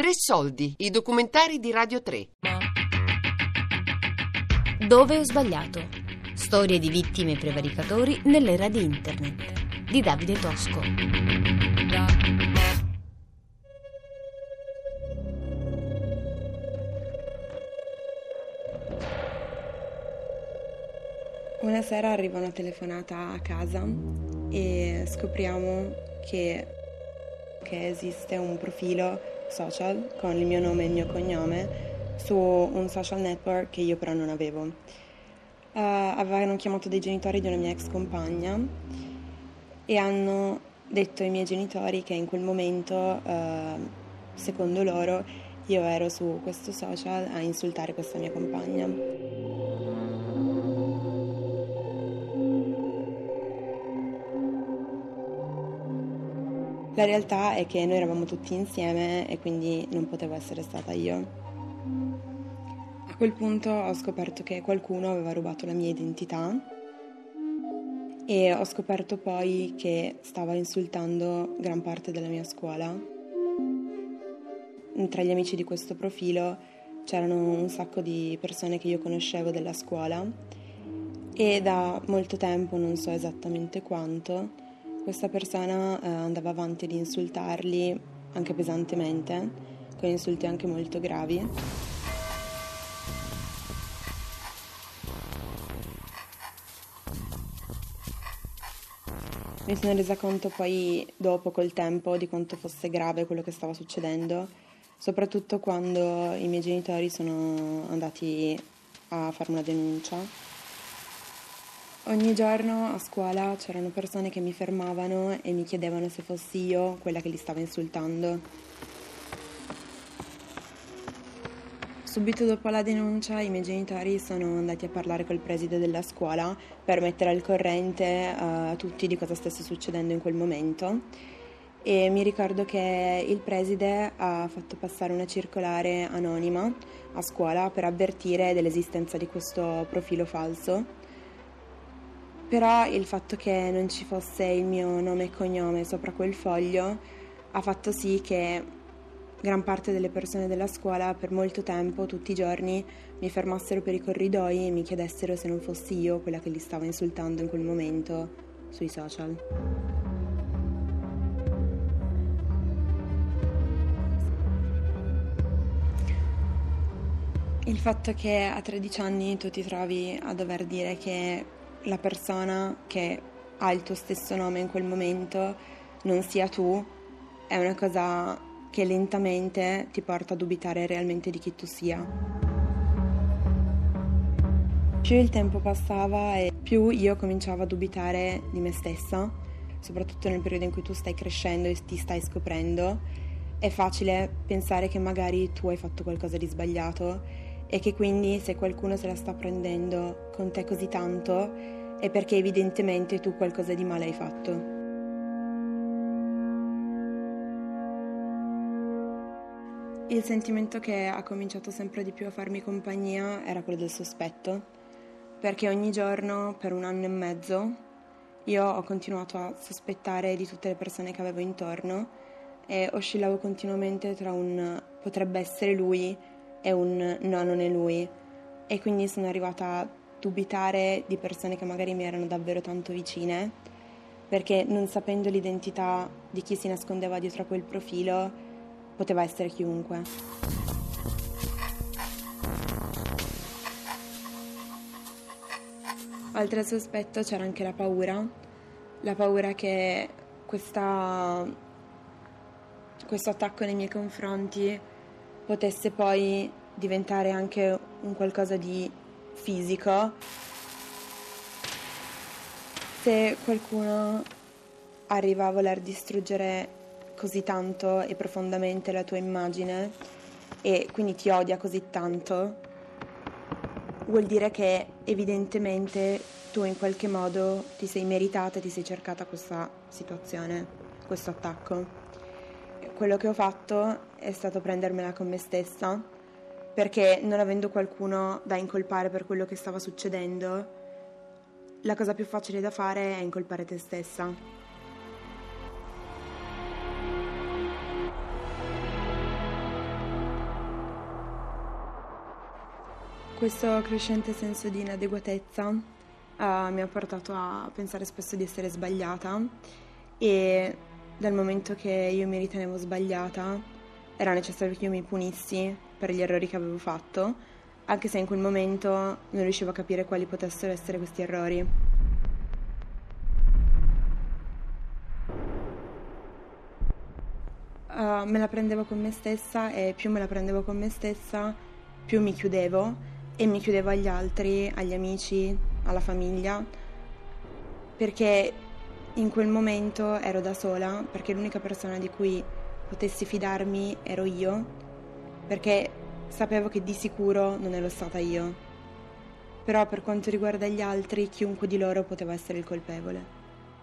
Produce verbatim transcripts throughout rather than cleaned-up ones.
Tre soldi, i documentari di Radio tre. Dove ho sbagliato? Storie di vittime e prevaricatori nell'era di internet di Davide Tosco. Una sera arriva una telefonata a casa e scopriamo che, che esiste un profilo social con il mio nome e il mio cognome su un social network che io però non avevo. Uh, avevano chiamato dei genitori di una mia ex compagna e hanno detto ai miei genitori che in quel momento, uh, secondo loro, io ero su questo social a insultare questa mia compagna. La realtà è che noi eravamo tutti insieme e quindi non potevo essere stata io. A quel punto ho scoperto che qualcuno aveva rubato la mia identità e ho scoperto poi che stava insultando gran parte della mia scuola. Tra gli amici di questo profilo c'erano un sacco di persone che io conoscevo della scuola e da molto tempo, non so esattamente quanto, questa persona eh, andava avanti ad insultarli anche pesantemente, con insulti anche molto gravi. Mi sono resa conto poi dopo col tempo di quanto fosse grave quello che stava succedendo, soprattutto quando i miei genitori sono andati a fare una denuncia. Ogni giorno a scuola c'erano persone che mi fermavano e mi chiedevano se fossi io quella che li stava insultando. Subito dopo la denuncia i miei genitori sono andati a parlare col preside della scuola per mettere al corrente a tutti di cosa stesse succedendo in quel momento e mi ricordo che il preside ha fatto passare una circolare anonima a scuola per avvertire dell'esistenza di questo profilo falso. Però il fatto che non ci fosse il mio nome e cognome sopra quel foglio ha fatto sì che gran parte delle persone della scuola per molto tempo, tutti i giorni, mi fermassero per i corridoi e mi chiedessero se non fossi io quella che li stava insultando in quel momento sui social. Il fatto che a tredici anni tu ti trovi a dover dire che la persona che ha il tuo stesso nome in quel momento non sia tu è una cosa che lentamente ti porta a dubitare realmente di chi tu sia. Più il tempo passava e più io cominciavo a dubitare di me stessa, soprattutto nel periodo in cui tu stai crescendo e ti stai scoprendo. È facile pensare che magari tu hai fatto qualcosa di sbagliato e che quindi se qualcuno se la sta prendendo con te così tanto è perché evidentemente tu qualcosa di male hai fatto. Il sentimento che ha cominciato sempre di più a farmi compagnia era quello del sospetto, perché ogni giorno per un anno e mezzo io ho continuato a sospettare di tutte le persone che avevo intorno e oscillavo continuamente tra un potrebbe essere lui e un no, non è lui, e quindi sono arrivata a dubitare di persone che magari mi erano davvero tanto vicine, perché non sapendo l'identità di chi si nascondeva dietro a quel profilo poteva essere chiunque. Oltre al sospetto c'era anche la paura, la paura che questa, questo attacco nei miei confronti potesse poi diventare anche un qualcosa di fisico. Se qualcuno arriva a voler distruggere così tanto e profondamente la tua immagine e quindi ti odia così tanto, vuol dire che evidentemente tu in qualche modo ti sei meritata e ti sei cercata questa situazione, questo attacco. Quello che ho fatto è stato prendermela con me stessa, perché non avendo qualcuno da incolpare per quello che stava succedendo, la cosa più facile da fare è incolpare te stessa. Questo crescente senso di inadeguatezza uh, mi ha portato a pensare spesso di essere sbagliata, e dal momento che io mi ritenevo sbagliata era necessario che io mi punissi per gli errori che avevo fatto, anche se in quel momento non riuscivo a capire quali potessero essere questi errori. Uh, me la prendevo con me stessa, e più me la prendevo con me stessa, più mi chiudevo e mi chiudevo agli altri, agli amici, alla famiglia, perché in quel momento ero da sola, perché l'unica persona di cui potessi fidarmi ero io, perché sapevo che di sicuro non ero stata io. Però per quanto riguarda gli altri, chiunque di loro poteva essere il colpevole.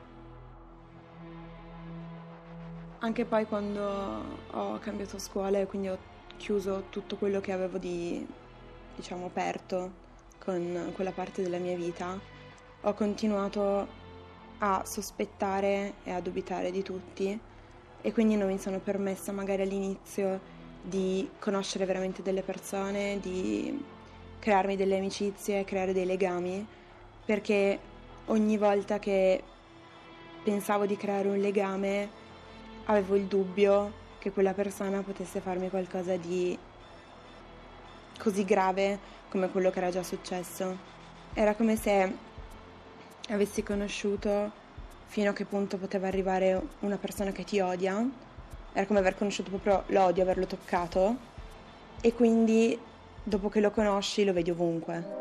Anche poi quando ho cambiato scuola e quindi ho chiuso tutto quello che avevo di, diciamo, aperto con quella parte della mia vita, ho continuato a sospettare e a dubitare di tutti, e quindi non mi sono permessa magari all'inizio di conoscere veramente delle persone, di crearmi delle amicizie, creare dei legami, perché ogni volta che pensavo di creare un legame avevo il dubbio che quella persona potesse farmi qualcosa di così grave come quello che era già successo. Era come se avessi conosciuto fino a che punto poteva arrivare una persona che ti odia. Era come aver conosciuto proprio l'odio, averlo toccato, e quindi dopo che lo conosci lo vedi ovunque.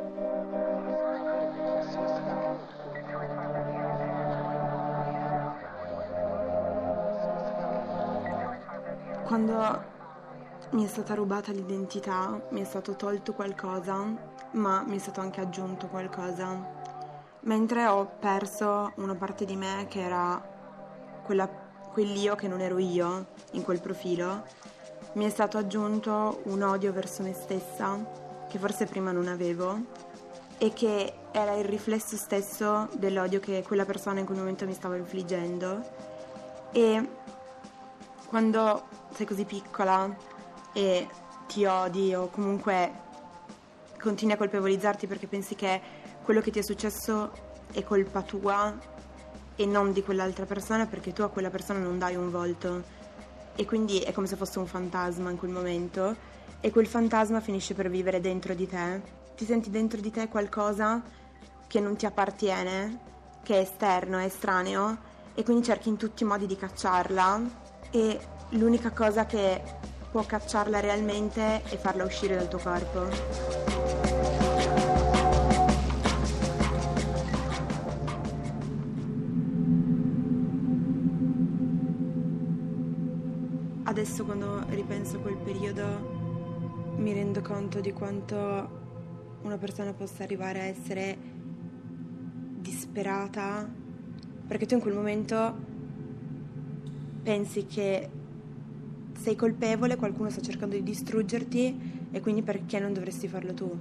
Quando mi è stata rubata l'identità, mi è stato tolto qualcosa, ma mi è stato anche aggiunto qualcosa. Mentre ho perso una parte di me che era quella, quell'io che non ero io in quel profilo, mi è stato aggiunto un odio verso me stessa che forse prima non avevo, e che era il riflesso stesso dell'odio che quella persona in quel momento mi stava infliggendo. E quando sei così piccola e ti odi, o comunque continui a colpevolizzarti perché pensi che quello che ti è successo è colpa tua e non di quell'altra persona, perché tu a quella persona non dai un volto, e quindi è come se fosse un fantasma in quel momento, e quel fantasma finisce per vivere dentro di te. Ti senti dentro di te qualcosa che non ti appartiene, che è esterno, è estraneo, e quindi cerchi in tutti i modi di cacciarla, e l'unica cosa che può cacciarla realmente è farla uscire dal tuo corpo. Adesso, quando ripenso a quel periodo, mi rendo conto di quanto una persona possa arrivare a essere disperata, perché tu in quel momento pensi che sei colpevole, qualcuno sta cercando di distruggerti, e quindi perché non dovresti farlo tu?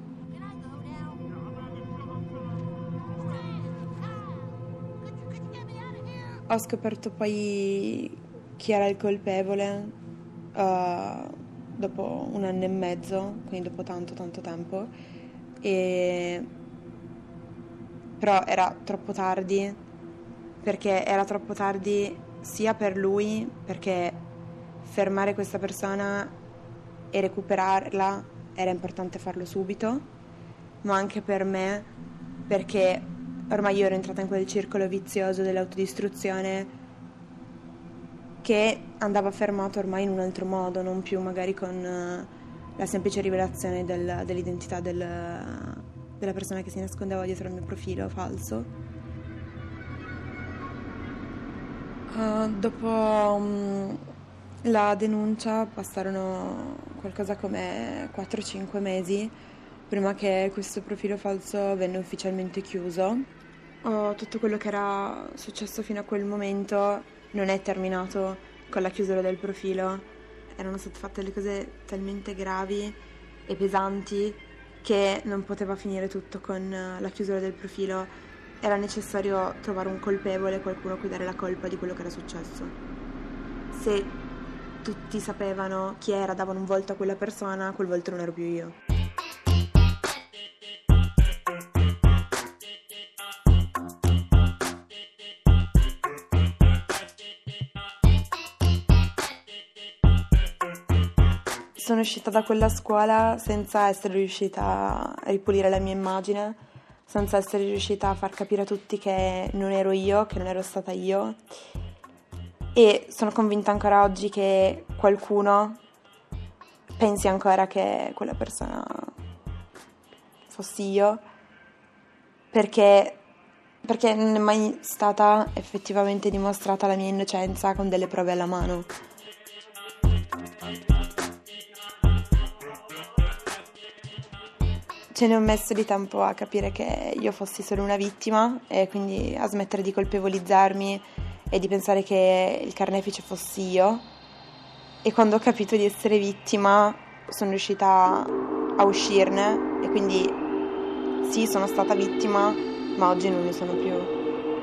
Ho scoperto poi chi era il colpevole uh, dopo un anno e mezzo, quindi dopo tanto tanto tempo, e però era troppo tardi, perché era troppo tardi sia per lui, perché fermare questa persona e recuperarla era importante farlo subito, ma anche per me, perché ormai io ero entrata in quel circolo vizioso dell'autodistruzione che andava fermato ormai in un altro modo, non più magari con la semplice rivelazione del, dell'identità del, della persona che si nascondeva dietro al mio profilo falso. Uh, dopo um, la denuncia passarono qualcosa come quattro cinque mesi prima che questo profilo falso venne ufficialmente chiuso. Oh, tutto quello che era successo fino a quel momento non è terminato con la chiusura del profilo. Erano state fatte delle cose talmente gravi e pesanti che non poteva finire tutto con la chiusura del profilo. Era necessario trovare un colpevole, qualcuno a cui dare la colpa di quello che era successo. Se tutti sapevano chi era, davano un volto a quella persona, quel volto non ero più io. sono uscita da quella scuola senza essere riuscita a ripulire la mia immagine, senza essere riuscita a far capire a tutti che non ero io, che non ero stata io, e sono convinta ancora oggi che qualcuno pensi ancora che quella persona fossi io, perché, perché non è mai stata effettivamente dimostrata la mia innocenza con delle prove alla mano. Ce ne ho messo di tempo a capire che io fossi solo una vittima e quindi a smettere di colpevolizzarmi e di pensare che il carnefice fossi io. E quando ho capito di essere vittima sono riuscita a uscirne e quindi sì, sono stata vittima, ma oggi non ne sono più.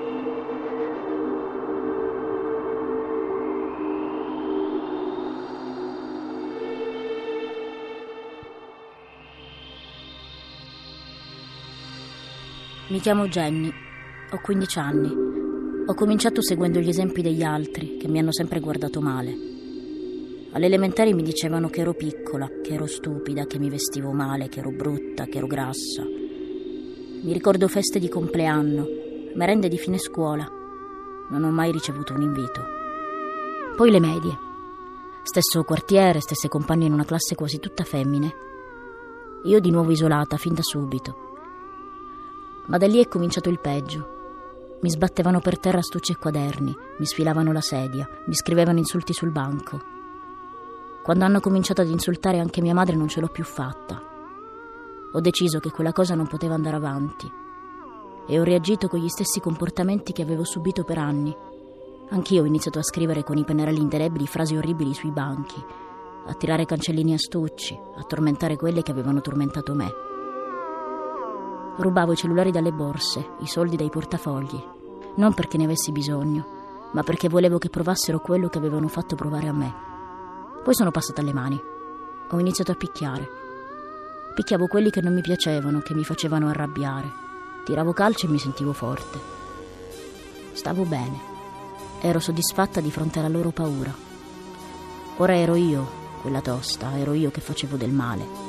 Mi chiamo Jenny, ho quindici anni. Ho cominciato seguendo gli esempi degli altri, che mi hanno sempre guardato male. Alle elementari mi dicevano che ero piccola, che ero stupida, che mi vestivo male, che ero brutta, che ero grassa. Mi ricordo feste di compleanno, merende di fine scuola. Non ho mai ricevuto un invito. Poi le medie. Stesso quartiere, stesse compagne in una classe quasi tutta femmine. Io di nuovo isolata fin da subito. Ma da lì è cominciato il peggio. Mi sbattevano per terra astucci e quaderni, mi sfilavano la sedia, mi scrivevano insulti sul banco. Quando hanno cominciato ad insultare anche mia madre non ce l'ho più fatta. Ho deciso che quella cosa non poteva andare avanti e ho reagito con gli stessi comportamenti che avevo subito per anni. Anch'io ho iniziato a scrivere con i pennarelli indelebili frasi orribili sui banchi, a tirare cancellini astucci, a tormentare quelle che avevano tormentato me. Rubavo i cellulari dalle borse, i soldi dai portafogli, non perché ne avessi bisogno, ma perché volevo che provassero quello che avevano fatto provare a me. Poi sono passata alle mani. Ho iniziato a picchiare. Picchiavo quelli che non mi piacevano, che mi facevano arrabbiare. Tiravo calci e mi sentivo forte. Stavo bene. Ero soddisfatta di fronte alla loro paura. Ora ero io, quella tosta, ero io che facevo del male.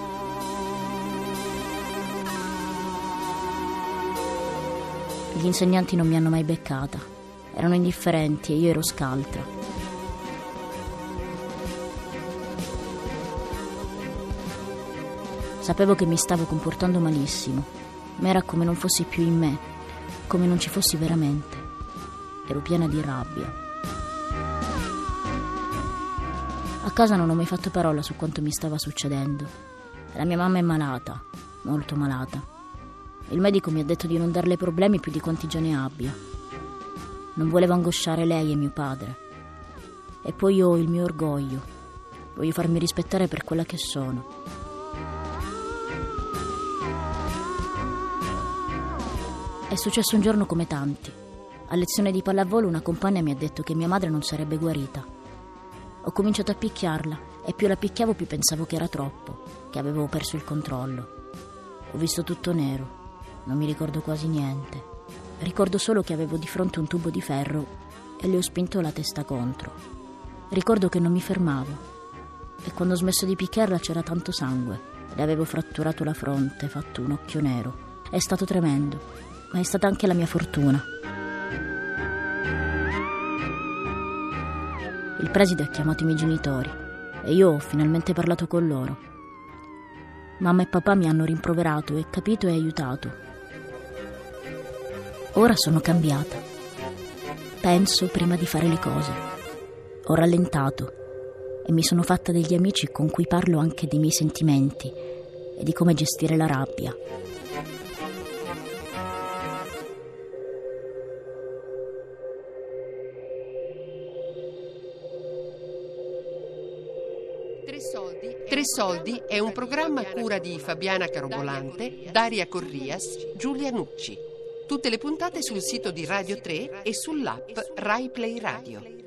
Gli insegnanti non mi hanno mai beccata. Erano indifferenti e io ero scaltra. Sapevo che mi stavo comportando malissimo, ma era come non fossi più in me, come non ci fossi veramente. Ero piena di rabbia. A casa non ho mai fatto parola su quanto mi stava succedendo. La mia mamma è malata, molto malata. Il medico mi ha detto di non darle problemi più di quanti già ne abbia. Non volevo angosciare lei e mio padre. E poi ho il mio orgoglio. Voglio farmi rispettare per quella che sono. È successo un giorno come tanti. A lezione di pallavolo una compagna mi ha detto che mia madre non sarebbe guarita. Ho cominciato a picchiarla e più la picchiavo più pensavo che era troppo, che avevo perso il controllo. Ho visto tutto nero. Non mi ricordo quasi niente. Ricordo solo che avevo di fronte un tubo di ferro e le ho spinto la testa contro. Ricordo che non mi fermavo e quando ho smesso di picchiarla c'era tanto sangue. Le avevo fratturato la fronte, fatto un occhio nero. È stato tremendo, ma è stata anche la mia fortuna. Il preside ha chiamato i miei genitori e io ho finalmente parlato con loro. Mamma e papà mi hanno rimproverato e capito e aiutato. Ora sono cambiata. Penso prima di fare le cose. Ho rallentato e mi sono fatta degli amici con cui parlo anche dei miei sentimenti e di come gestire la rabbia. Tre soldi, Tre soldi è un programma a cura di Fabiana Carobolante, Daria Corrias, Giulia Nucci. Tutte le puntate sul sito di Radio tre e sull'app Rai Play Radio.